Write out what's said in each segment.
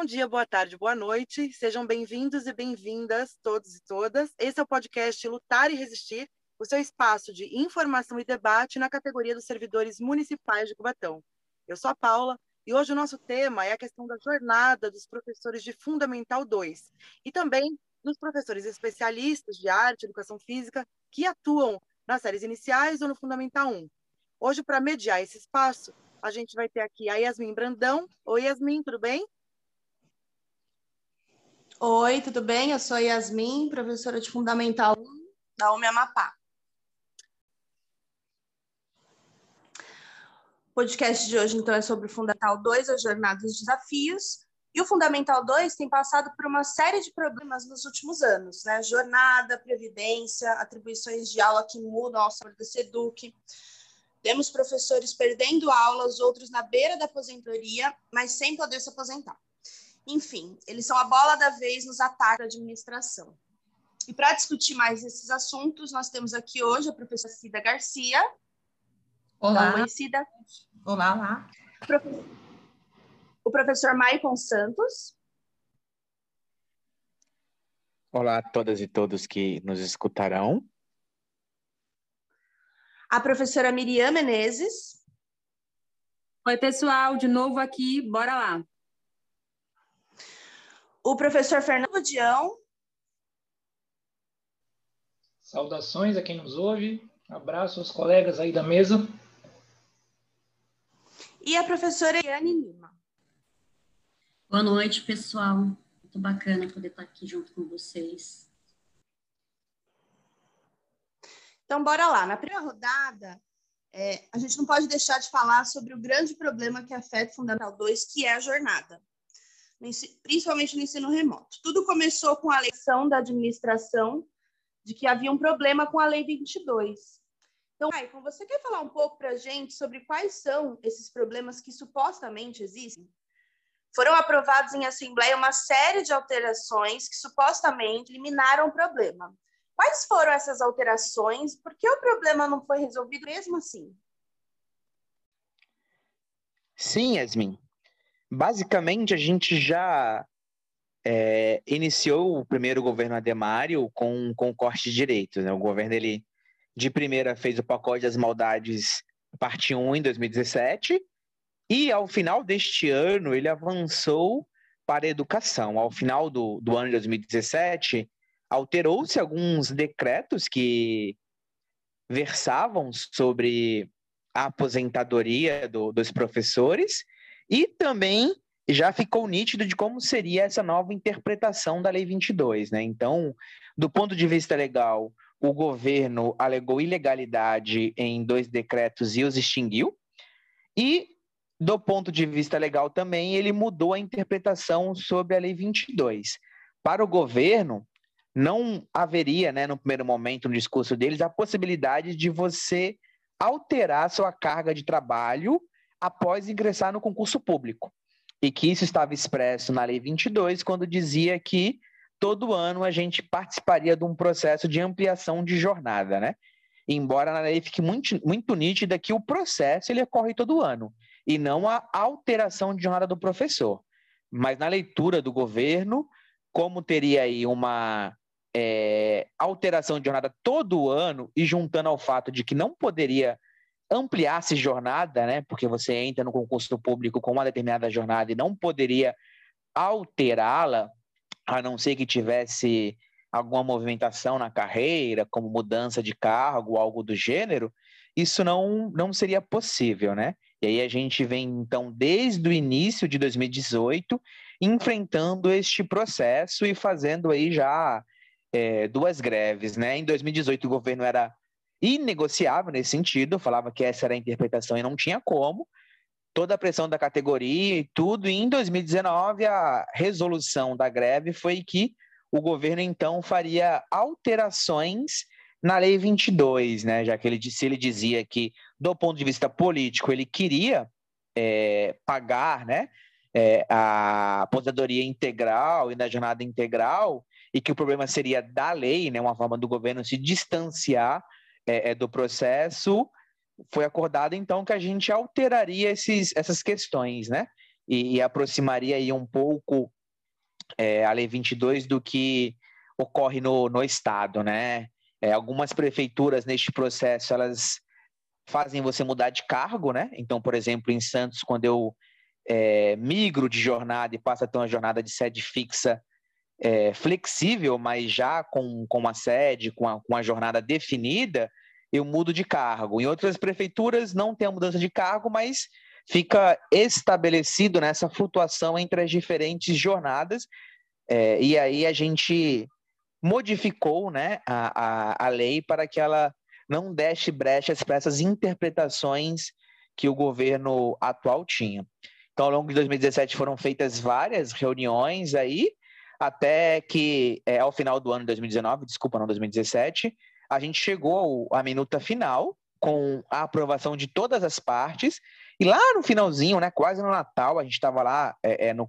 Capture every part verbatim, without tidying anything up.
dia, boa tarde, boa noite. Sejam bem-vindos e bem-vindas, todos e todas. Esse é o podcast Lutar e Resistir, o seu espaço de informação e debate na categoria dos servidores municipais de Cubatão. Eu sou a Paula e hoje o nosso tema é a questão da jornada dos professores de Fundamental dois e também dos professores especialistas de arte e educação física que atuam nas séries iniciais ou no Fundamental um. Hoje, para mediar esse espaço, a gente vai ter aqui a Yasmin Brandão. Oi, Yasmin, tudo bem? Oi, tudo bem? Eu sou a Yasmin, professora de Fundamental um da U M Amapá. O podcast de hoje, então, é sobre o Fundamental dois, a jornada dos desafios. E o Fundamental dois tem passado por uma série de problemas nos últimos anos, né? Jornada, previdência, atribuições de aula que mudam ao sabor do SEDUC. Temos professores perdendo aulas, outros na beira da aposentadoria, mas sem poder se aposentar. Enfim, eles são a bola da vez nos ataques da administração. E para discutir mais esses assuntos, nós temos aqui hoje a professora Cida Garcia. Olá. Então, oi, Cida. Olá, olá. O professor Maicon Santos. Olá a todas e todos que nos escutarão. A professora Miriam Menezes. Oi, pessoal, de novo aqui, bora lá. O professor Fernando Dião. Saudações a quem nos ouve. Abraço aos colegas aí da mesa. E a professora Eliane Lima. Boa noite, pessoal. Muito bacana poder estar aqui junto com vocês. Então, bora lá. Na primeira rodada, é, a gente não pode deixar de falar sobre o grande problema que afeta o Fundamental dois, que é a jornada, principalmente no ensino remoto. Tudo começou com a eleição da administração de que havia um problema com a Lei vinte e dois. Então, Maicon, você quer falar um pouco para a gente sobre quais são esses problemas que supostamente existem? Foram aprovados em assembleia uma série de alterações que supostamente eliminaram o problema. Quais foram essas alterações? Por que o problema não foi resolvido mesmo assim? Sim, Yasmin. Basicamente, a gente já é, iniciou o primeiro governo Ademário com, com corte de direitos, né? O governo, ele, de primeira, fez o pacote das maldades, parte um, em dois mil e dezessete, e, ao final deste ano, ele avançou para a educação. Ao final do, do ano de dois mil e dezessete, alterou-se alguns decretos que versavam sobre a aposentadoria do, dos professores, e também já ficou nítido de como seria essa nova interpretação da Lei vinte e dois, né? Então, do ponto de vista legal, o governo alegou ilegalidade em dois decretos e os extinguiu. E, do ponto de vista legal também, ele mudou a interpretação sobre a Lei vinte e dois. Para o governo, não haveria, né, no primeiro momento, no discurso deles, a possibilidade de você alterar sua carga de trabalho após ingressar no concurso público, e que isso estava expresso na Lei vinte e dois, quando dizia que todo ano a gente participaria de um processo de ampliação de jornada, né? Embora na lei fique muito, muito nítida que o processo ele ocorre todo ano, e não a alteração de jornada do professor. Mas na leitura do governo, como teria aí uma é, alteração de jornada todo ano, e juntando ao fato de que não poderia ampliar-se jornada, né? Porque você entra no concurso público com uma determinada jornada e não poderia alterá-la, a não ser que tivesse alguma movimentação na carreira, como mudança de cargo, algo do gênero, isso não, não seria possível, né? E aí a gente vem, então, desde o início de dois mil e dezoito, enfrentando este processo e fazendo aí já é, duas greves, né? Em dois mil e dezoito, o governo era inegociável nesse sentido, falava que essa era a interpretação e não tinha como, toda a pressão da categoria e tudo, e em dois mil e dezenove a resolução da greve foi que o governo então faria alterações na Lei vinte e dois, né, já que ele, se ele dizia que, do ponto de vista político, ele queria é, pagar, né, é, a aposentadoria integral e na jornada integral, e que o problema seria da lei, né, uma forma do governo se distanciar É, é, do processo, foi acordado, então, que a gente alteraria esses, essas questões, né? E, e aproximaria aí um pouco é, a Lei vinte e dois do que ocorre no, no Estado, né? É, algumas prefeituras neste processo, elas fazem você mudar de cargo, né? Então, por exemplo, em Santos, quando eu é, migro de jornada e passo a ter uma jornada de sede fixa é, flexível, mas já com, com uma sede, com a, com a jornada definida, eu mudo de cargo. Em outras prefeituras não tem a mudança de cargo, mas fica estabelecido nessa flutuação entre as diferentes jornadas, é, e aí a gente modificou, né, a, a, a lei para que ela não deixe brechas para essas interpretações que o governo atual tinha. Então, ao longo de dois mil e dezessete foram feitas várias reuniões aí, até que, é, ao final do ano de dois mil e dezenove, desculpa, não dois mil e dezessete, a gente chegou à minuta final, com a aprovação de todas as partes, e lá no finalzinho, né, quase no Natal, a gente estava lá é, é, no,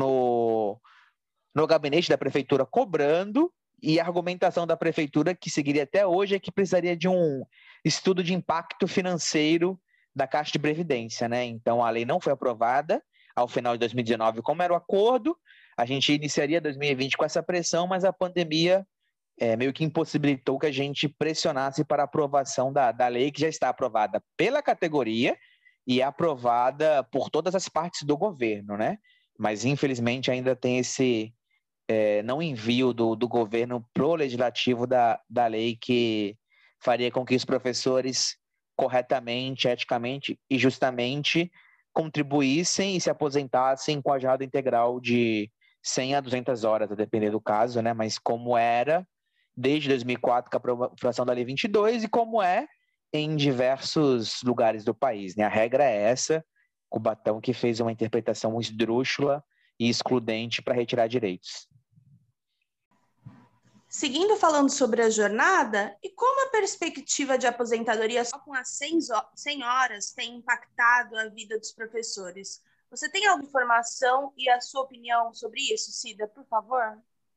no, no gabinete da prefeitura cobrando, e a argumentação da prefeitura, que seguiria até hoje, é que precisaria de um estudo de impacto financeiro da Caixa de Previdência, né? Então, a lei não foi aprovada ao final de dois mil e dezenove, como era o acordo. A gente iniciaria dois mil e vinte com essa pressão, mas a pandemia é, meio que impossibilitou que a gente pressionasse para a aprovação da, da lei, que já está aprovada pela categoria e aprovada por todas as partes do governo, né? Mas, infelizmente, ainda tem esse é, não envio do, do governo para o legislativo da, da lei que faria com que os professores corretamente, eticamente e justamente contribuíssem e se aposentassem com a jornada integral de cem a duzentas horas, a depender do caso, né? Mas como era desde dois mil e quatro com a aprovação da Lei vinte e dois e como é em diversos lugares do país, né? A regra é essa, Cubatão que fez uma interpretação esdrúxula e excludente para retirar direitos. Seguindo falando sobre a jornada, e como a perspectiva de aposentadoria só com as cem horas tem impactado a vida dos professores? Você tem alguma informação e a sua opinião sobre isso, Cida, por favor?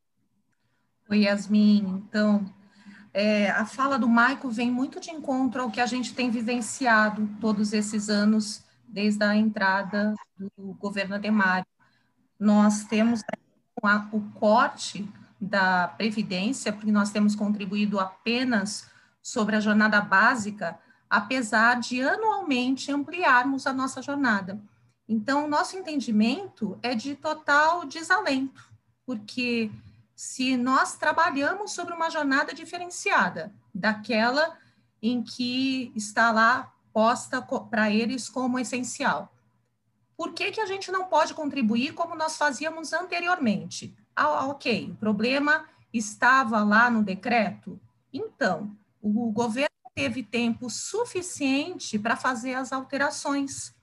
Oi, Yasmin. Então, é, a fala do Maico vem muito de encontro ao que a gente tem vivenciado todos esses anos, desde a entrada do governo Ademar. Nós temos o corte da Previdência, porque nós temos contribuído apenas sobre a jornada básica, apesar de anualmente ampliarmos a nossa jornada. Então, o nosso entendimento é de total desalento, porque se nós trabalhamos sobre uma jornada diferenciada, daquela em que está lá posta para eles como essencial, por que que a gente não pode contribuir como nós fazíamos anteriormente? Ah, ok, o problema estava lá no decreto? Então, o governo teve tempo suficiente para fazer as alterações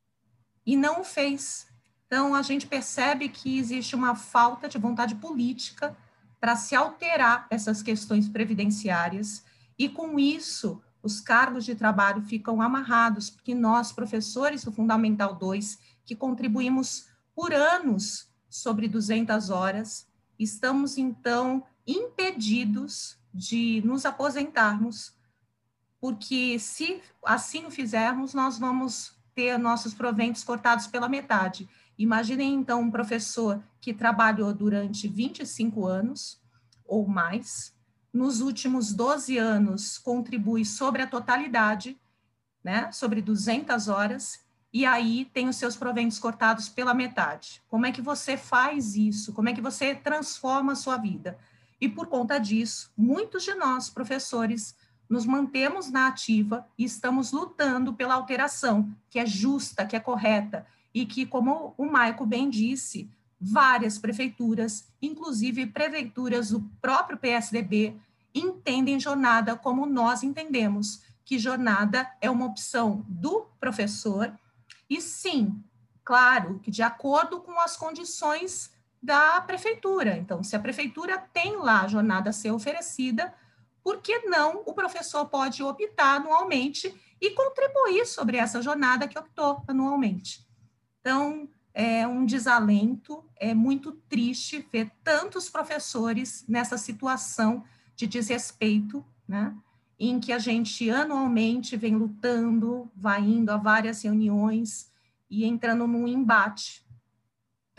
e não o fez. Então, a gente percebe que existe uma falta de vontade política para se alterar essas questões previdenciárias e, com isso, os cargos de trabalho ficam amarrados, porque nós, professores do Fundamental dois, que contribuímos por anos sobre duzentas horas, estamos, então, impedidos de nos aposentarmos, porque se assim o fizermos, nós vamos ter nossos proventos cortados pela metade. Imaginem, então, um professor que trabalhou durante vinte e cinco anos ou mais, nos últimos doze anos contribui sobre a totalidade, né, sobre duzentas horas, e aí tem os seus proventos cortados pela metade. Como é que você faz isso? Como é que você transforma a sua vida? E por conta disso, muitos de nós, professores, nos mantemos na ativa e estamos lutando pela alteração, que é justa, que é correta, e que, como o Maico bem disse, várias prefeituras, inclusive prefeituras do próprio P S D B, entendem jornada como nós entendemos, que jornada é uma opção do professor, e sim, claro, que de acordo com as condições da prefeitura. Então, se a prefeitura tem lá a jornada a ser oferecida, por que não o professor pode optar anualmente e contribuir sobre essa jornada que optou anualmente? Então, é um desalento, é muito triste ver tantos professores nessa situação de desrespeito, né, em que a gente anualmente vem lutando, vai indo a várias reuniões e entrando num embate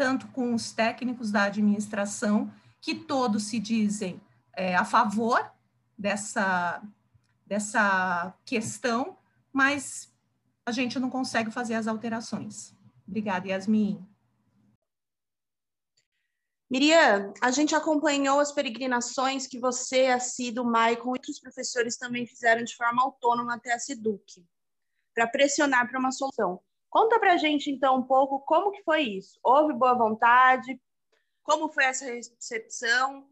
tanto com os técnicos da administração, que todos se dizem é, a favor dessa, dessa questão, mas a gente não consegue fazer as alterações. Obrigada, Yasmin. Miriam, a gente acompanhou as peregrinações que você, a Cida, o Maicon e outros professores também fizeram de forma autônoma até a SEDUC, para pressionar para uma solução. Conta para a gente, então, um pouco como que foi isso. Houve boa vontade? Como foi essa recepção?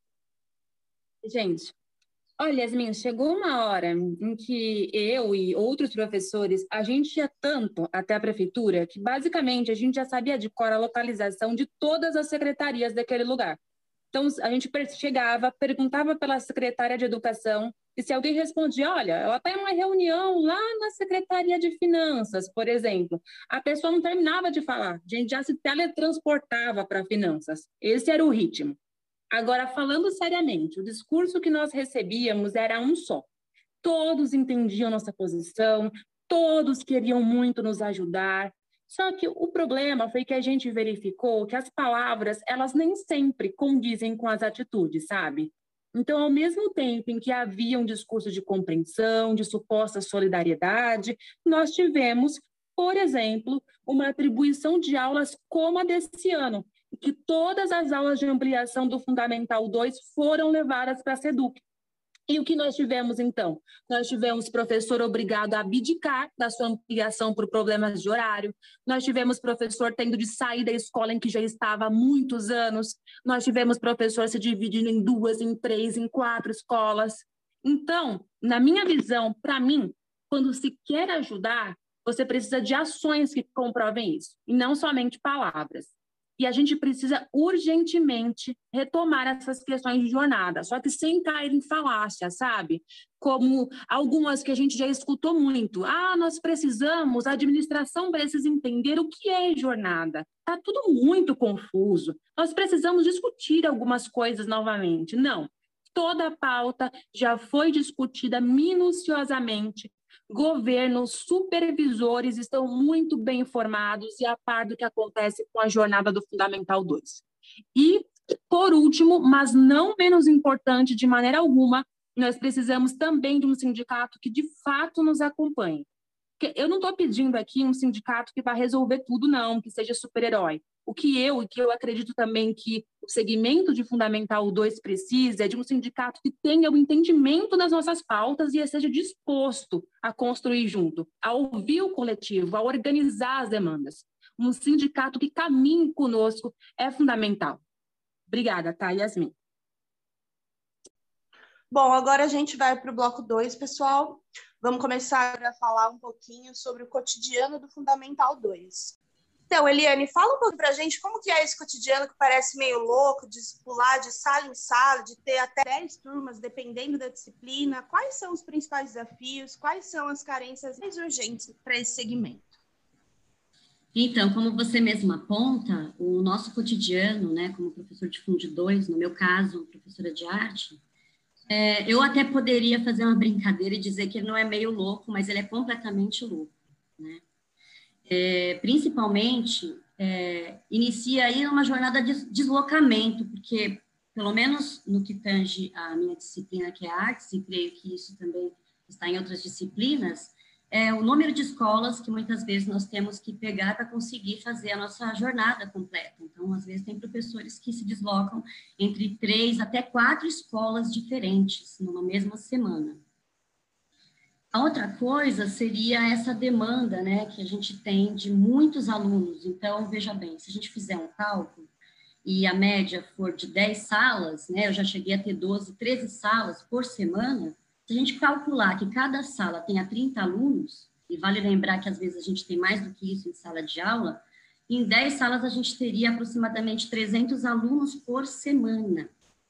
Gente, olha, Yasmin, chegou uma hora em que eu e outros professores, a gente ia tanto até a prefeitura que, basicamente, a gente já sabia de cor a localização de todas as secretarias daquele lugar. Então, a gente chegava, perguntava pela secretária de Educação, e se alguém respondia, olha, ela está em uma reunião lá na Secretaria de Finanças, por exemplo, a pessoa não terminava de falar, a gente já se teletransportava para Finanças. Esse era o ritmo. Agora, falando seriamente, o discurso que nós recebíamos era um só. Todos entendiam nossa posição, todos queriam muito nos ajudar. Só que o problema foi que a gente verificou que as palavras, elas nem sempre condizem com as atitudes, sabe? Então, ao mesmo tempo em que havia um discurso de compreensão, de suposta solidariedade, nós tivemos, por exemplo, uma atribuição de aulas como a desse ano, que todas as aulas de ampliação do Fundamental dois foram levadas para a SEDUC. E o que nós tivemos, então? Nós tivemos professor obrigado a abdicar da sua ampliação por problemas de horário, nós tivemos professor tendo de sair da escola em que já estava há muitos anos, nós tivemos professor se dividindo em duas, em três, em quatro escolas. Então, na minha visão, para mim, quando se quer ajudar, você precisa de ações que comprovem isso, e não somente palavras. E a gente precisa urgentemente retomar essas questões de jornada, só que sem cair em falácia, sabe? Como algumas que a gente já escutou muito. Ah, nós precisamos, a administração precisa entender o que é jornada. Está tudo muito confuso. Nós precisamos discutir algumas coisas novamente. Não, toda a pauta já foi discutida minuciosamente. Governos, supervisores estão muito bem informados e a par do que acontece com a jornada do Fundamental dois. E, por último, mas não menos importante de maneira alguma, nós precisamos também de um sindicato que de fato nos acompanhe. Porque eu não estou pedindo aqui um sindicato que vai resolver tudo, não, que seja super-herói. O que eu, e que eu acredito também que o segmento de Fundamental dois precisa é de um sindicato que tenha o entendimento das nossas pautas e esteja disposto a construir junto, a ouvir o coletivo, a organizar as demandas. Um sindicato que caminhe conosco é fundamental. Obrigada, tá, Yasmin? Bom, agora a gente vai para o bloco dois, pessoal. Vamos começar a falar um pouquinho sobre o cotidiano do Fundamental dois. Então, Eliane, fala um pouco para a gente como que é esse cotidiano que parece meio louco, de pular de sala em sala, de ter até dez turmas, dependendo da disciplina. Quais são os principais desafios? Quais são as carências mais urgentes para esse segmento? Então, como você mesma aponta, o nosso cotidiano, né, como professor de Fund dois, no meu caso, professora de arte, é, eu até poderia fazer uma brincadeira e dizer que ele não é meio louco, mas ele é completamente louco, né? É, principalmente, é, inicia aí uma jornada de deslocamento, porque, pelo menos no que tange a minha disciplina, que é artes, e creio que isso também está em outras disciplinas, é o número de escolas que muitas vezes nós temos que pegar para conseguir fazer a nossa jornada completa. Então, às vezes, tem professores que se deslocam entre três até quatro escolas diferentes numa mesma semana. A outra coisa seria essa demanda, né, que a gente tem de muitos alunos. Então, veja bem, se a gente fizer um cálculo e a média for de dez salas, né, eu já cheguei a ter doze, treze salas por semana, se a gente calcular que cada sala tenha trinta alunos, e vale lembrar que às vezes a gente tem mais do que isso em sala de aula, em dez salas a gente teria aproximadamente trezentos alunos por semana.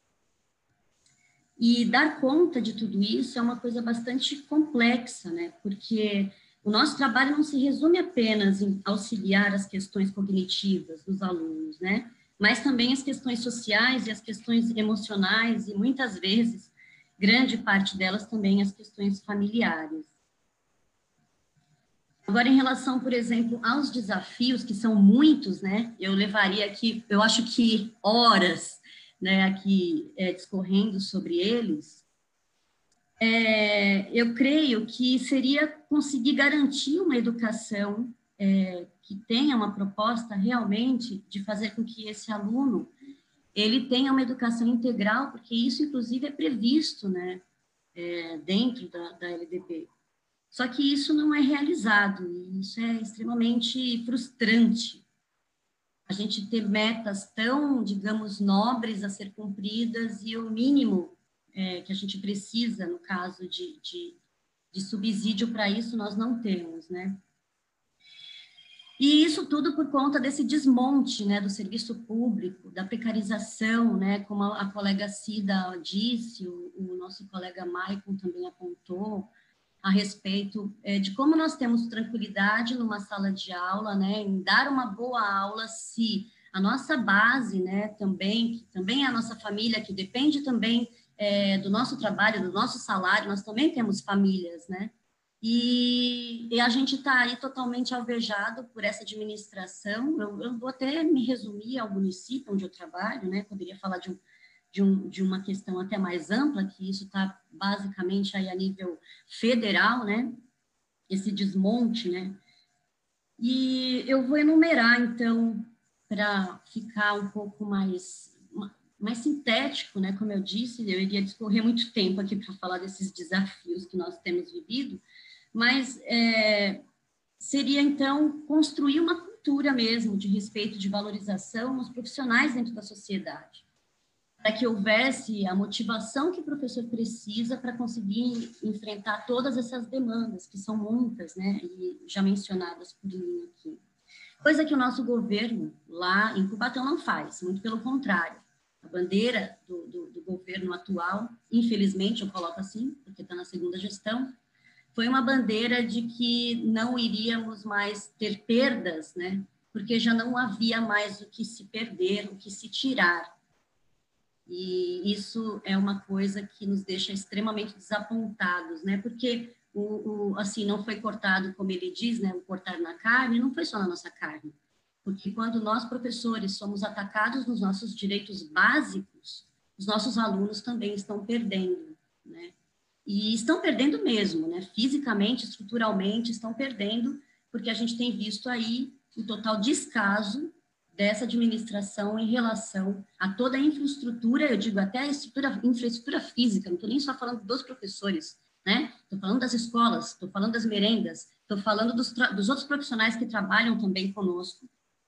E dar conta de tudo isso é uma coisa bastante complexa, né? Porque o nosso trabalho não se resume apenas em auxiliar as questões cognitivas dos alunos, né? Mas também as questões sociais e as questões emocionais e, muitas vezes, grande parte delas também as questões familiares. Agora, em relação, por exemplo, aos desafios, que são muitos, né? Eu levaria aqui, eu acho que horas, né, aqui é, discorrendo sobre eles. É, eu creio que seria conseguir garantir uma educação é, que tenha uma proposta realmente de fazer com que esse aluno ele tenha uma educação integral, porque isso, inclusive, é previsto, né, é, dentro da, da L D B. Só que isso não é realizado, e isso é extremamente frustrante. A gente ter metas tão, digamos, nobres a ser cumpridas e o mínimo é, que a gente precisa, no caso de, de, de subsídio para isso, nós não temos, né? E isso tudo por conta desse desmonte, né, do serviço público, da precarização, né, como a, a colega Cida disse, o, o nosso colega Maicon também apontou, a respeito é, de como nós temos tranquilidade numa sala de aula, né, em dar uma boa aula se a nossa base, né, também, que também é a nossa família, que depende também é, do nosso trabalho, do nosso salário, nós também temos famílias, né, e, e a gente está aí totalmente alvejado por essa administração. Eu, eu vou até me resumir ao município onde eu trabalho, né, poderia falar de um De, um, de uma questão até mais ampla, que isso está basicamente aí a nível federal, né? Esse desmonte, né? E eu vou enumerar, então, para ficar um pouco mais, mais sintético, né? Como eu disse, eu iria discorrer muito tempo aqui para falar desses desafios que nós temos vivido, mas é, seria, então, construir uma cultura mesmo de respeito, de valorização nos profissionais dentro da sociedade, para que houvesse a motivação que o professor precisa para conseguir enfrentar todas essas demandas, que são muitas, né, e já mencionadas por mim aqui. Coisa que o nosso governo lá em Cubatão não faz, muito pelo contrário. A bandeira do, do, do governo atual, infelizmente, eu coloco assim, porque está na segunda gestão, foi uma bandeira de que não iríamos mais ter perdas, né, porque já não havia mais o que se perder, o que se tirar. E isso é uma coisa que nos deixa extremamente desapontados, né? Porque o, o, assim, não foi cortado, como ele diz, né? O cortar na carne, não foi só na nossa carne. Porque quando nós, professores, somos atacados nos nossos direitos básicos, os nossos alunos também estão perdendo, né? E estão perdendo mesmo, né? Fisicamente, estruturalmente, estão perdendo, porque a gente tem visto aí o total descaso dessa administração em relação a toda a infraestrutura, eu digo até a estrutura, infraestrutura física, não estou nem só falando dos professores, né? Estou falando das escolas, estou falando das merendas, estou falando dos, dos outros profissionais que trabalham também conosco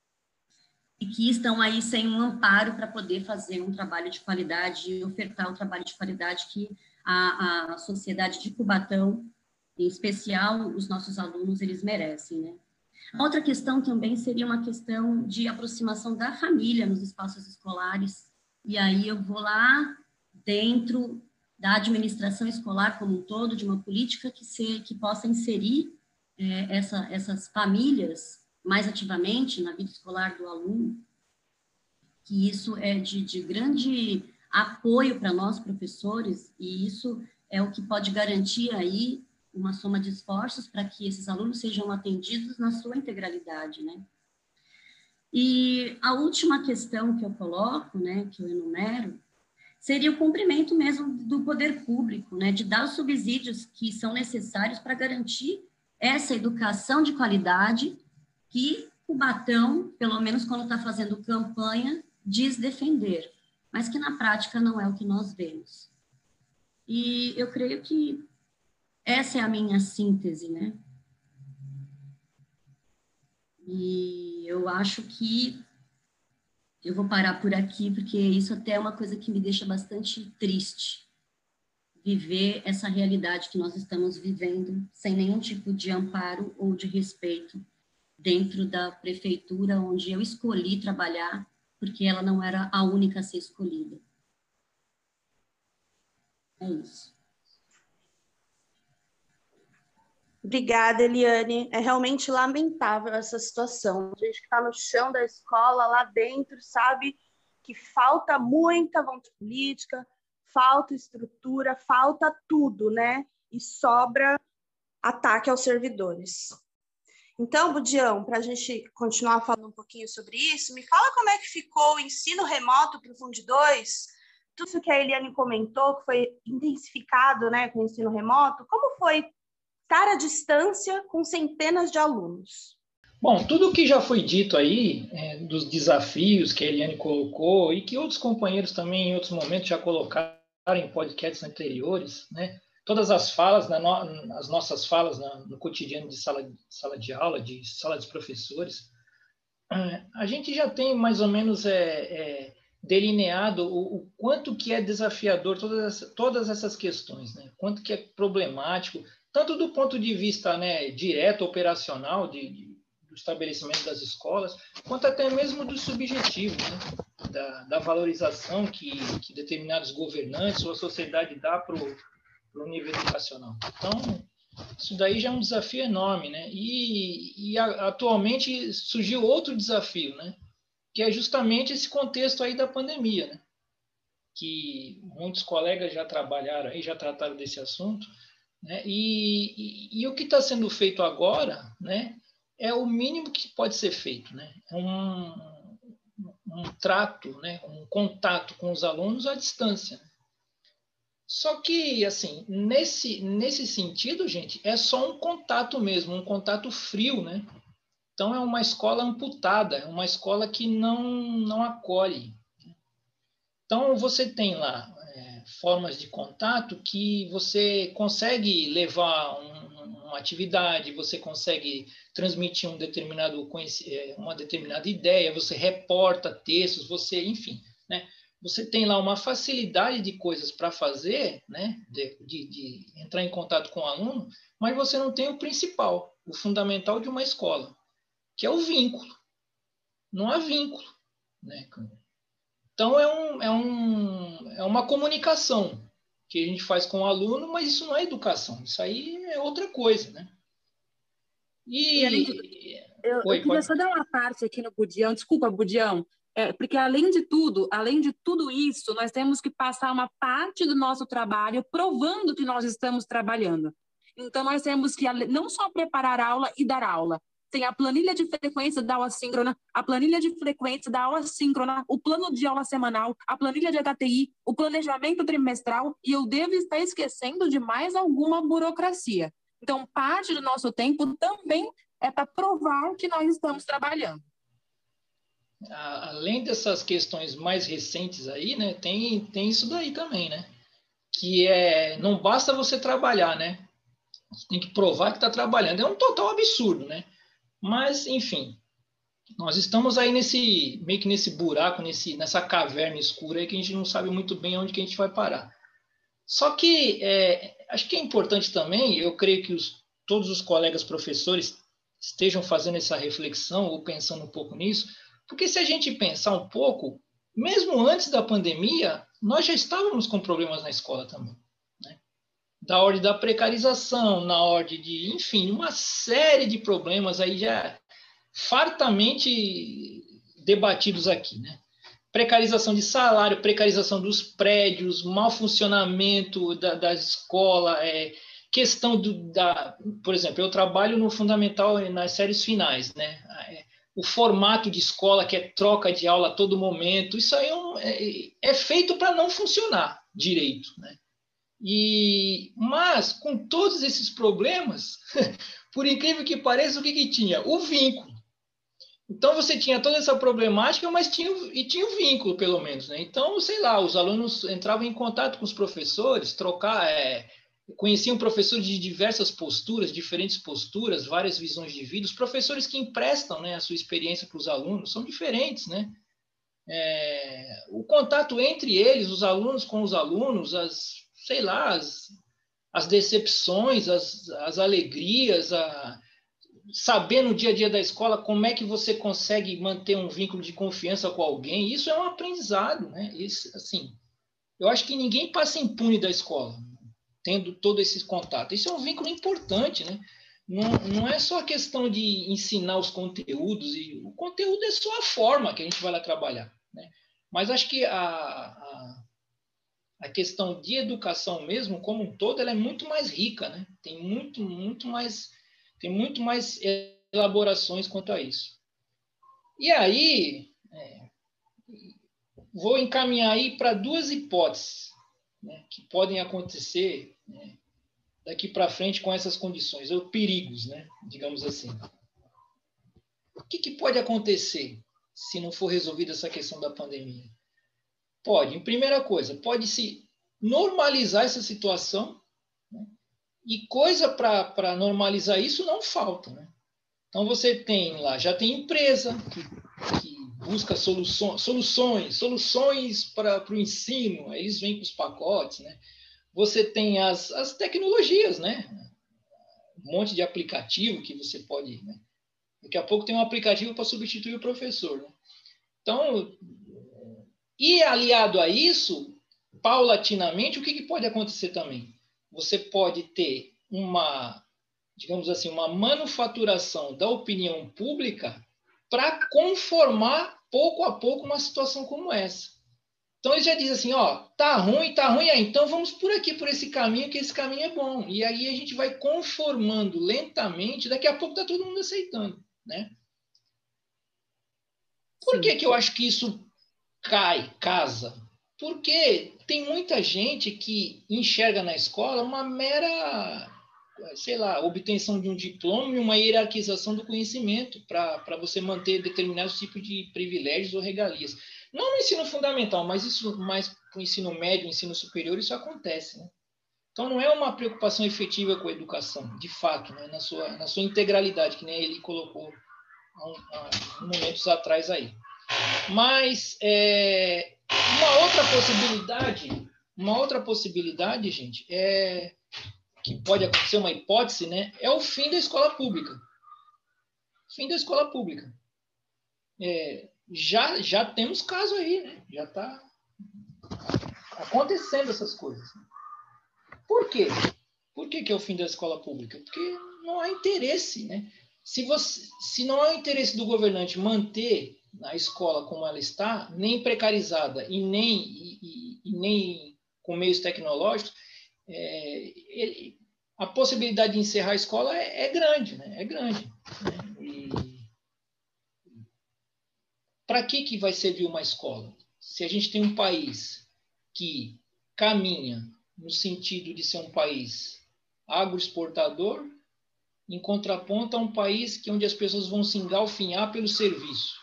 e que estão aí sem um amparo para poder fazer um trabalho de qualidade e ofertar um trabalho de qualidade que a, a sociedade de Cubatão, em especial os nossos alunos, eles merecem, né? Outra questão também seria uma questão de aproximação da família nos espaços escolares, e aí eu vou lá dentro da administração escolar como um todo, de uma política que, se, que possa inserir é, essa, essas famílias mais ativamente na vida escolar do aluno, que isso é de, de grande apoio para nós, professores, e isso é o que pode garantir aí uma soma de esforços para que esses alunos sejam atendidos na sua integralidade, né? E a última questão que eu coloco, né, que eu enumero, seria o cumprimento mesmo do poder público, né, de dar os subsídios que são necessários para garantir essa educação de qualidade que o Cubatão, pelo menos quando está fazendo campanha, diz defender, mas que na prática não é o que nós vemos. E eu creio que essa é a minha síntese, né? E eu acho que eu vou parar por aqui, porque isso até é uma coisa que me deixa bastante triste, viver essa realidade que nós estamos vivendo, sem nenhum tipo de amparo ou de respeito dentro da prefeitura onde eu escolhi trabalhar, porque ela não era a única a ser escolhida. É isso. Obrigada, Eliane. É realmente lamentável essa situação. A gente que está no chão da escola, lá dentro, sabe que falta muita vontade política, falta estrutura, falta tudo, né? E sobra ataque aos servidores. Então, Budião, para a gente continuar falando um pouquinho sobre isso, me fala como é que ficou o ensino remoto para o Fund dois, tudo isso que a Eliane comentou, que foi intensificado, né, com o ensino remoto, como foi estar à distância com centenas de alunos? Bom, tudo o que já foi dito aí, é, dos desafios que a Eliane colocou e que outros companheiros também em outros momentos já colocaram em podcasts anteriores, né? Todas as falas, na no, as nossas falas na, no cotidiano de sala, sala de aula, de sala dos professores, a gente já tem mais ou menos é, é, delineado o, o quanto que é desafiador todas, todas essas questões, né? Quanto que é problemático, tanto do ponto de vista, né, direto, operacional, de, de, do estabelecimento das escolas, quanto até mesmo do subjetivo, né? da, da valorização que, que determinados governantes ou a sociedade dá para o nível educacional. Então, isso daí já é um desafio enorme, né? E, e a, atualmente surgiu outro desafio, né? Que é justamente esse contexto aí da pandemia, né? Que muitos colegas já trabalharam aí, já trataram desse assunto, né? E, e, e o que está sendo feito agora, né? É o mínimo que pode ser feito, né? É um, um trato, né? Um contato com os alunos à distância. Só que, assim, nesse, nesse sentido, gente, é só um contato mesmo, um contato frio, né? Então, é uma escola amputada, é uma escola que não, não acolhe. Então, você tem lá é, formas de contato que você consegue levar um, uma atividade, você consegue transmitir um determinado, uma determinada ideia, você reporta textos, você, enfim, né? Você tem lá uma facilidade de coisas para fazer, né? De, de, de entrar em contato com o aluno, mas você não tem o principal, o fundamental de uma escola, que é o vínculo. Não há vínculo, né? Então, é, um, é, um, é uma comunicação que a gente faz com o aluno, mas isso não é educação, isso aí é outra coisa, né? E... e além de, eu, Oi, eu queria pode... só dar uma parte aqui no Budião, desculpa, Budião, é, porque além de tudo, além de tudo isso, nós temos que passar uma parte do nosso trabalho provando que nós estamos trabalhando. Então, nós temos que não só preparar a aula e dar aula, tem a planilha de frequência da aula síncrona, a planilha de frequência da aula síncrona, o plano de aula semanal, a planilha de H T I, o planejamento trimestral, e eu devo estar esquecendo de mais alguma burocracia. Então, parte do nosso tempo também é para provar que nós estamos trabalhando. Além dessas questões mais recentes aí, né, tem, tem isso daí também, né? Que é, não basta você trabalhar, né? Você tem que provar que está trabalhando. É um total absurdo, né? Mas, enfim, nós estamos aí nesse, meio que nesse buraco, nesse, nessa caverna escura aí que a gente não sabe muito bem onde que a gente vai parar. Só que é, acho que é importante também, eu creio que os, todos os colegas professores estejam fazendo essa reflexão ou pensando um pouco nisso, porque se a gente pensar um pouco, mesmo antes da pandemia, nós já estávamos com problemas na escola também, né? Da ordem da precarização, na ordem de, enfim, uma série de problemas aí já fartamente debatidos aqui, né? Precarização de salário, precarização dos prédios, mau funcionamento da, da escola, é, questão do, da... Por exemplo, eu trabalho no fundamental nas séries finais, né? É, o formato de escola, que é troca de aula a todo momento, isso aí é, um, é, é feito para não funcionar direito, né? E, mas, com todos esses problemas, por incrível que pareça, o que, que tinha? O vínculo. Então, você tinha toda essa problemática, mas tinha, e tinha o vínculo, pelo menos, né? Então, sei lá, os alunos entravam em contato com os professores, trocar, é, conheciam professores de diversas posturas, diferentes posturas, várias visões de vida. Os professores que emprestam, né, a sua experiência para os alunos são diferentes, né? É, o contato entre eles, os alunos com os alunos, as, sei lá, as, as decepções, as, as alegrias, a, saber no dia a dia da escola como é que você consegue manter um vínculo de confiança com alguém, isso é um aprendizado, né? Isso, assim, eu acho que ninguém passa impune da escola, tendo todo esse contato. Isso é um vínculo importante, né? Não, não é só a questão de ensinar os conteúdos, e o conteúdo é só a forma que a gente vai lá trabalhar, né? Mas acho que a, a, a questão de educação mesmo, como um todo, ela é muito mais rica, né? Tem muito, muito mais, tem muito mais elaborações quanto a isso. E aí, é, vou encaminhar aí para duas hipóteses, né, que podem acontecer, né, daqui para frente com essas condições, ou perigos, né, digamos assim. O que, que pode acontecer se não for resolvida essa questão da pandemia? Pode, em primeira coisa, pode se normalizar essa situação, né, e coisa para normalizar isso não falta, né? Então você tem lá, já tem empresa que, que busca soluções, soluções, soluções para o ensino, aí eles vêm com os pacotes, né? Você tem as, as tecnologias, né? Um monte de aplicativo que você pode, né? Daqui a pouco tem um aplicativo para substituir o professor, né? Então, e aliado a isso, paulatinamente, o que, que pode acontecer também? Você pode ter uma, digamos assim, uma manufaturação da opinião pública para conformar pouco a pouco uma situação como essa. Então ele já diz assim, ó, tá ruim, tá ruim, aí, então vamos por aqui, por esse caminho, que esse caminho é bom. E aí a gente vai conformando lentamente, daqui a pouco tá todo mundo aceitando, né? Por que que eu acho que isso cai, casa? Porque tem muita gente que enxerga na escola uma mera, sei lá, obtenção de um diploma e uma hierarquização do conhecimento para você manter determinados tipos de privilégios ou regalias. Não no ensino fundamental, mas isso mais para o ensino médio, ensino superior, isso acontece, né? Então não é uma preocupação efetiva com a educação, de fato, né? na, sua, na sua integralidade, que nem ele colocou há, um, há momentos atrás aí. Mas é, uma outra possibilidade, uma outra possibilidade, gente, é que pode acontecer, uma hipótese, né, é o fim da escola pública. Fim da escola pública. É, já, já temos caso aí, né? Já está acontecendo essas coisas. Por quê? Por que, que é o fim da escola pública? Porque não há interesse, né? Se, você, se não há interesse do governante manter a escola como ela está, nem precarizada e nem, e, e, e nem com meios tecnológicos, é, ele, a possibilidade de encerrar a escola é, é grande, né? É grande. Né? E para que, que vai servir uma escola? Se a gente tem um país que caminha no sentido de ser um país agroexportador, em contraponto a um país que, onde as pessoas vão se engalfinhar pelo serviço.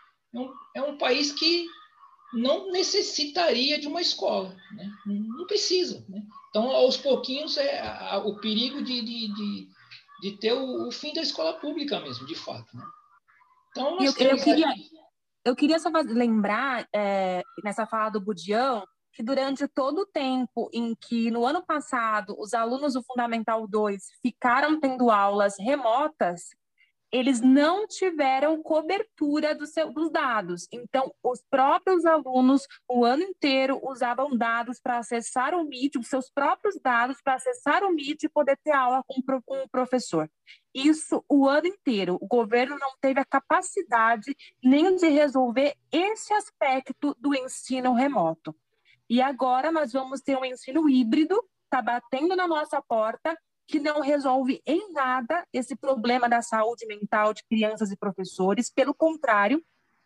É um, é um país que não necessitaria de uma escola, né? Não precisa, né? Então, aos pouquinhos, é a, a, o perigo de, de, de, de ter o, o fim da escola pública mesmo, de fato, né? Então, nós eu, temos eu queria, aqui... eu queria só lembrar, é, nessa fala do Budião, que durante todo o tempo em que, no ano passado, os alunos do Fundamental dois ficaram tendo aulas remotas, eles não tiveram cobertura do seu, dos dados. Então, os próprios alunos, o ano inteiro, usavam dados para acessar o Meet, os seus próprios dados para acessar o Meet e poder ter aula com, com o professor. Isso o ano inteiro. O governo não teve a capacidade nem de resolver esse aspecto do ensino remoto. E agora nós vamos ter um ensino híbrido, está batendo na nossa porta, que não resolve em nada esse problema da saúde mental de crianças e professores. Pelo contrário,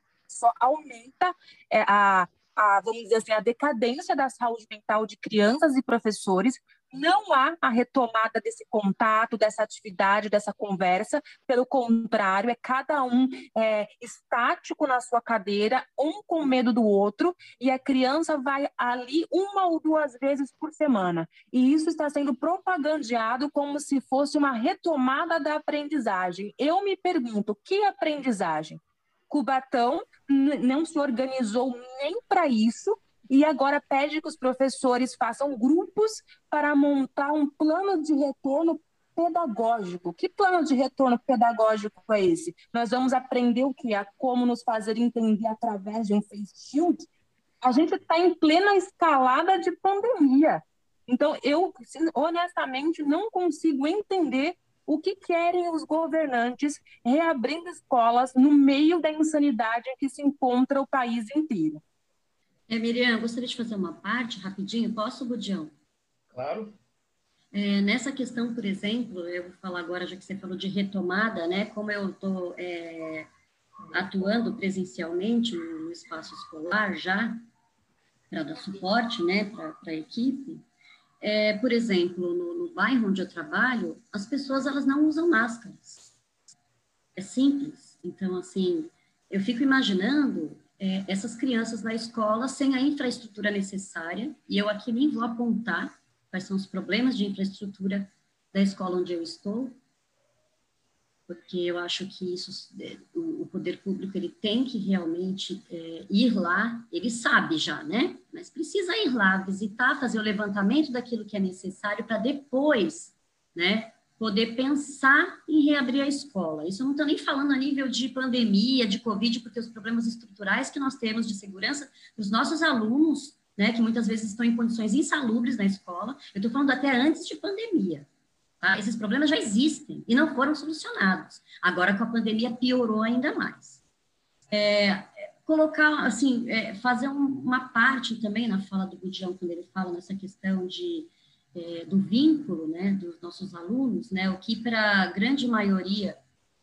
só aumenta é, a, a, vamos dizer assim, a decadência da saúde mental de crianças e professores. Não há a retomada desse contato, dessa atividade, dessa conversa. Pelo contrário, é cada um é, estático na sua cadeira, um com medo do outro, e a criança vai ali uma ou duas vezes por semana. E isso está sendo propagandeado como se fosse uma retomada da aprendizagem. Eu me pergunto, que aprendizagem? Cubatão não se organizou nem para isso, e agora pede que os professores façam grupos para montar um plano de retorno pedagógico. Que plano de retorno pedagógico é esse? Nós vamos aprender o que? A como nos fazer entender através de um face shield? A gente está em plena escalada de pandemia. Então, eu, honestamente, não consigo entender o que querem os governantes reabrindo escolas no meio da insanidade em que se encontra o país inteiro. É, Miriam, gostaria de fazer uma parte rapidinho. Posso, Budião? Claro. É, nessa questão, por exemplo, eu vou falar agora, já que você falou de retomada, né, como eu estou é, atuando presencialmente no, no espaço escolar já, para dar suporte, né, para a equipe, é, por exemplo, no, no bairro onde eu trabalho, as pessoas, elas não usam máscaras. É simples. Então, assim, eu fico imaginando é, essas crianças na escola sem a infraestrutura necessária, e eu aqui nem vou apontar quais são os problemas de infraestrutura da escola onde eu estou, porque eu acho que isso, o poder público, ele tem que realmente é, ir lá, ele sabe já, né? Mas precisa ir lá, visitar, fazer o levantamento daquilo que é necessário para depois, né, poder pensar em reabrir a escola. Isso eu não estou nem falando a nível de pandemia, de Covid, porque os problemas estruturais que nós temos de segurança dos nossos alunos, né, que muitas vezes estão em condições insalubres na escola, eu estou falando até antes de pandemia. Tá? Esses problemas já existem e não foram solucionados. Agora, com a pandemia, piorou ainda mais. É, colocar, assim, é, fazer um, uma parte também na fala do Budião, quando ele fala nessa questão de, é, do vínculo, né, dos nossos alunos, né, o que para a grande maioria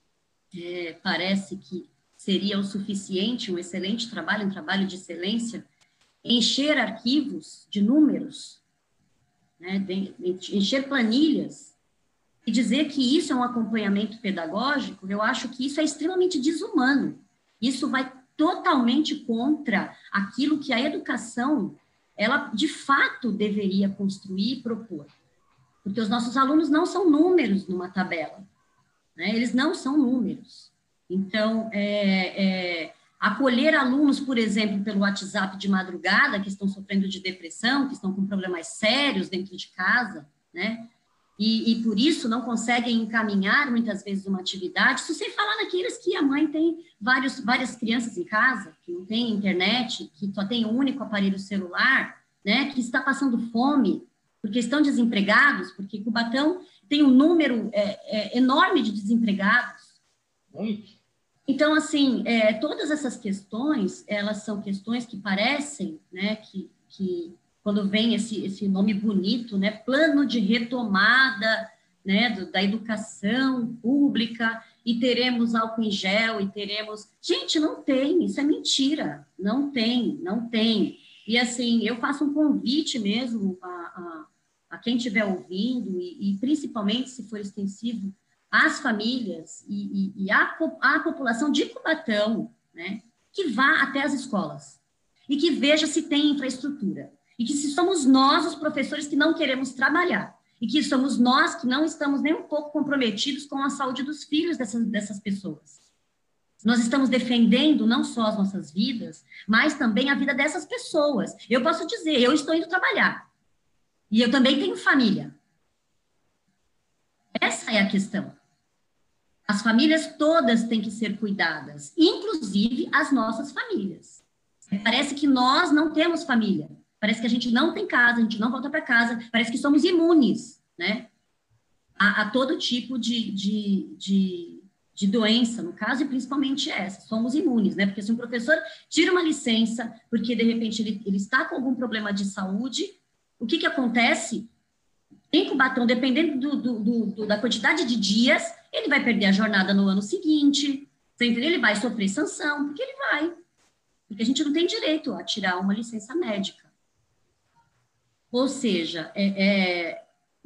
é, parece que seria o suficiente, um excelente trabalho, um trabalho de excelência, encher arquivos de números, né, de, de encher planilhas, e dizer que isso é um acompanhamento pedagógico, eu acho que isso é extremamente desumano. Isso vai totalmente contra aquilo que a educação, ela de fato deveria construir e propor. Porque os nossos alunos não são números numa tabela, né? Eles não são números. Então, é, é, acolher alunos, por exemplo, pelo WhatsApp de madrugada, que estão sofrendo de depressão, que estão com problemas sérios dentro de casa, né? E, e, por isso, não conseguem encaminhar, muitas vezes, uma atividade, isso sem falar naqueles que a mãe tem vários, várias crianças em casa, que não tem internet, que só tem um único aparelho celular, né, que está passando fome, porque estão desempregados, porque Cubatão tem um número é, é, enorme de desempregados. Muito. Então, assim, é, todas essas questões, elas são questões que parecem, né, que... que quando vem esse, esse nome bonito, né, plano de retomada, né, do, da educação pública, e teremos álcool em gel, e teremos... Gente, não tem, isso é mentira, não tem, não tem. E, assim, eu faço um convite mesmo a, a, a quem estiver ouvindo, e, e principalmente, se for extensivo, às famílias e, e, e à, à população de Cubatão, né, que vá até as escolas e que veja se tem infraestrutura. E que se somos nós, os professores, que não queremos trabalhar, e que somos nós que não estamos nem um pouco comprometidos com a saúde dos filhos dessas, dessas pessoas. Nós estamos defendendo não só as nossas vidas, mas também a vida dessas pessoas. Eu posso dizer, eu estou indo trabalhar, e eu também tenho família. Essa é a questão. As famílias todas têm que ser cuidadas, inclusive as nossas famílias. Parece que nós não temos família. Parece que a gente não tem casa, a gente não volta para casa, parece que somos imunes, né, a, a todo tipo de, de, de, de doença, no caso, e principalmente essa, somos imunes, né, porque se um professor tira uma licença, porque de repente ele, ele está com algum problema de saúde, o que que acontece? Em Cubatão, dependendo do, do, do, do, da quantidade de dias, ele vai perder a jornada no ano seguinte, ele vai sofrer sanção, porque ele vai, porque a gente não tem direito a tirar uma licença médica. Ou seja, é, é,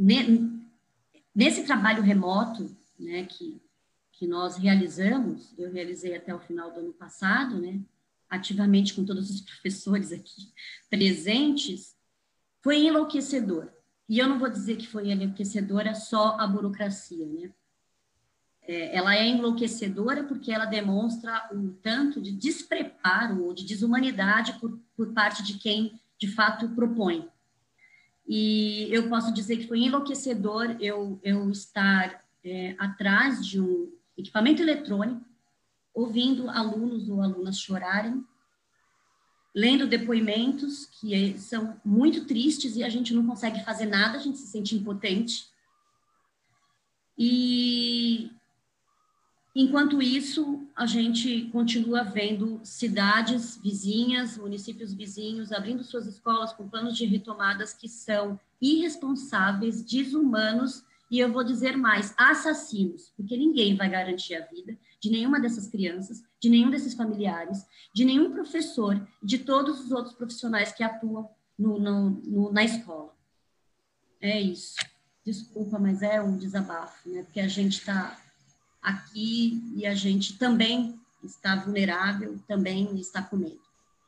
nesse trabalho remoto, né, que, que nós realizamos, eu realizei até o final do ano passado, né, ativamente com todos os professores aqui presentes, foi enlouquecedor. E eu não vou dizer que foi enlouquecedora só a burocracia, né? É, ela é enlouquecedora porque ela demonstra um tanto de despreparo ou de desumanidade por, por parte de quem, de fato, propõe. E eu posso dizer que foi enlouquecedor eu, eu estar é, atrás de um equipamento eletrônico, ouvindo alunos ou alunas chorarem, lendo depoimentos que são muito tristes e a gente não consegue fazer nada, a gente se sente impotente. E Enquanto isso, a gente continua vendo cidades vizinhas, municípios vizinhos, abrindo suas escolas com planos de retomadas que são irresponsáveis, desumanos e, eu vou dizer mais, assassinos, porque ninguém vai garantir a vida de nenhuma dessas crianças, de nenhum desses familiares, de nenhum professor, de todos os outros profissionais que atuam no, no, no, na escola. É isso. Desculpa, mas é um desabafo, né? Porque a gente está aqui e a gente também está vulnerável, também está com medo.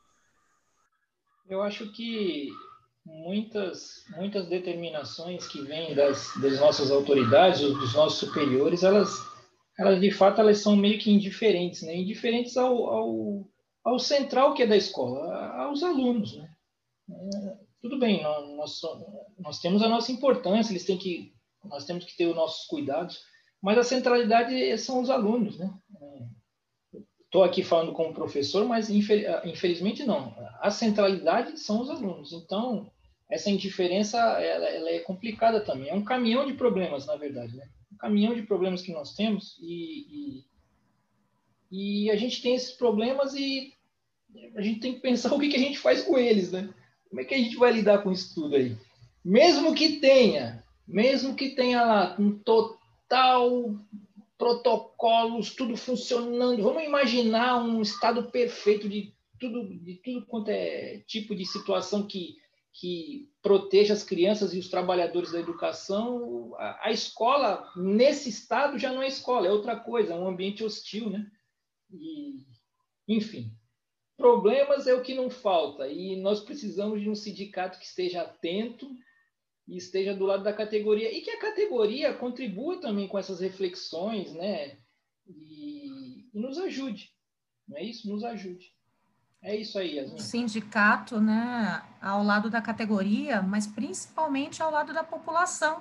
Eu acho que muitas, muitas determinações que vêm das, das nossas autoridades, dos nossos superiores, elas, elas de fato elas são meio que indiferentes, né? Indiferentes ao, ao, ao central que é da escola, aos alunos, né? É, tudo bem, nós, nós temos a nossa importância, eles têm que, nós temos que ter os nossos cuidados, mas a centralidade são os alunos, né? Estou aqui falando como professor, mas infelizmente não. A centralidade são os alunos. Então, essa indiferença ela, ela é complicada também. É um caminhão de problemas, na verdade, né? Um caminhão de problemas que nós temos e, e, e a gente tem esses problemas e a gente tem que pensar o que, que a gente faz com eles, né? Como é que a gente vai lidar com isso tudo aí? Mesmo que tenha, mesmo que tenha lá um total tal protocolos, tudo funcionando. Vamos imaginar um estado perfeito de tudo, de tudo quanto é tipo de situação que, que proteja as crianças e os trabalhadores da educação. A, a escola, nesse estado, já não é escola, é outra coisa, é um ambiente hostil, né? E, enfim, problemas é o que não falta. E nós precisamos de um sindicato que esteja atento e esteja do lado da categoria, e que a categoria contribua também com essas reflexões, né? E, e nos ajude, não é isso? Nos ajude. É isso aí, Yasmin. O sindicato, né, ao lado da categoria, mas principalmente ao lado da população,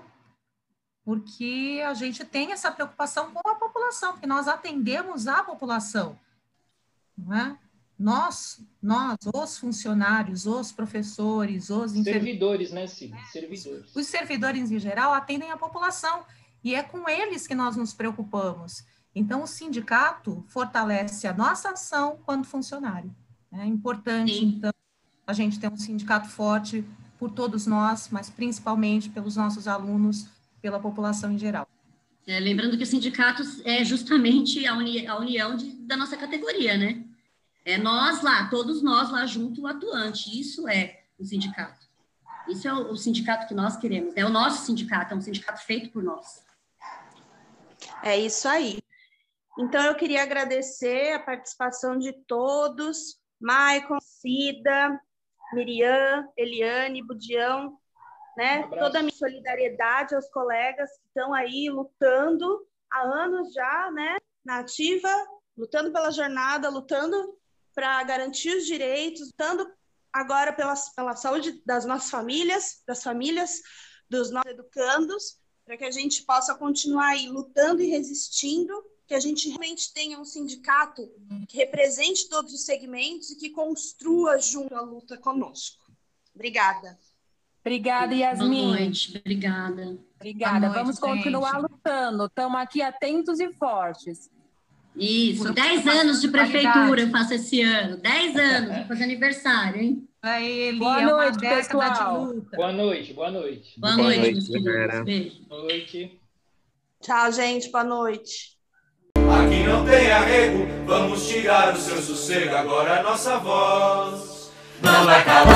porque a gente tem essa preocupação com a população, porque nós atendemos a população, não é? Nós, nós, os funcionários, os professores, os servidores, né, Cida? Servidores. Os servidores, em geral, atendem a população, e é com eles que nós nos preocupamos. Então, o sindicato fortalece a nossa ação quanto funcionário. É importante, Sim. então, a gente ter um sindicato forte por todos nós, mas principalmente pelos nossos alunos, pela população em geral. É, lembrando que o sindicato é justamente a, uni a união de, da nossa categoria, né? É nós lá, todos nós lá junto, atuante. Isso é o sindicato. Isso é o, o sindicato que nós queremos. É o nosso sindicato, é um sindicato feito por nós. É isso aí. Então, eu queria agradecer a participação de todos. Maicon, Cida, Miriam, Eliane, Budião, né? Um toda a minha solidariedade aos colegas que estão aí lutando há anos já, né? Na ativa, lutando pela jornada, lutando para garantir os direitos, lutando agora pela, pela saúde das nossas famílias, das famílias dos nossos educandos, para que a gente possa continuar aí lutando e resistindo, que a gente realmente tenha um sindicato que represente todos os segmentos e que construa junto a luta conosco. Obrigada. Obrigada, Yasmin. Boa noite, obrigada. Obrigada. Noite, Vamos continuar gente. lutando. Estamos aqui atentos e fortes. Isso, dez anos de prefeitura eu faço esse ano. Dez anos, vou fazer aniversário, hein? Aí, Eli, boa é noite, pessoal. De luta. Boa noite, boa noite. Boa, boa noite, meus queridos. Beijo. Boa noite. Tchau, gente. Boa noite. Aqui não tem arrego, vamos tirar o seu sossego. Agora a nossa voz não vai calar.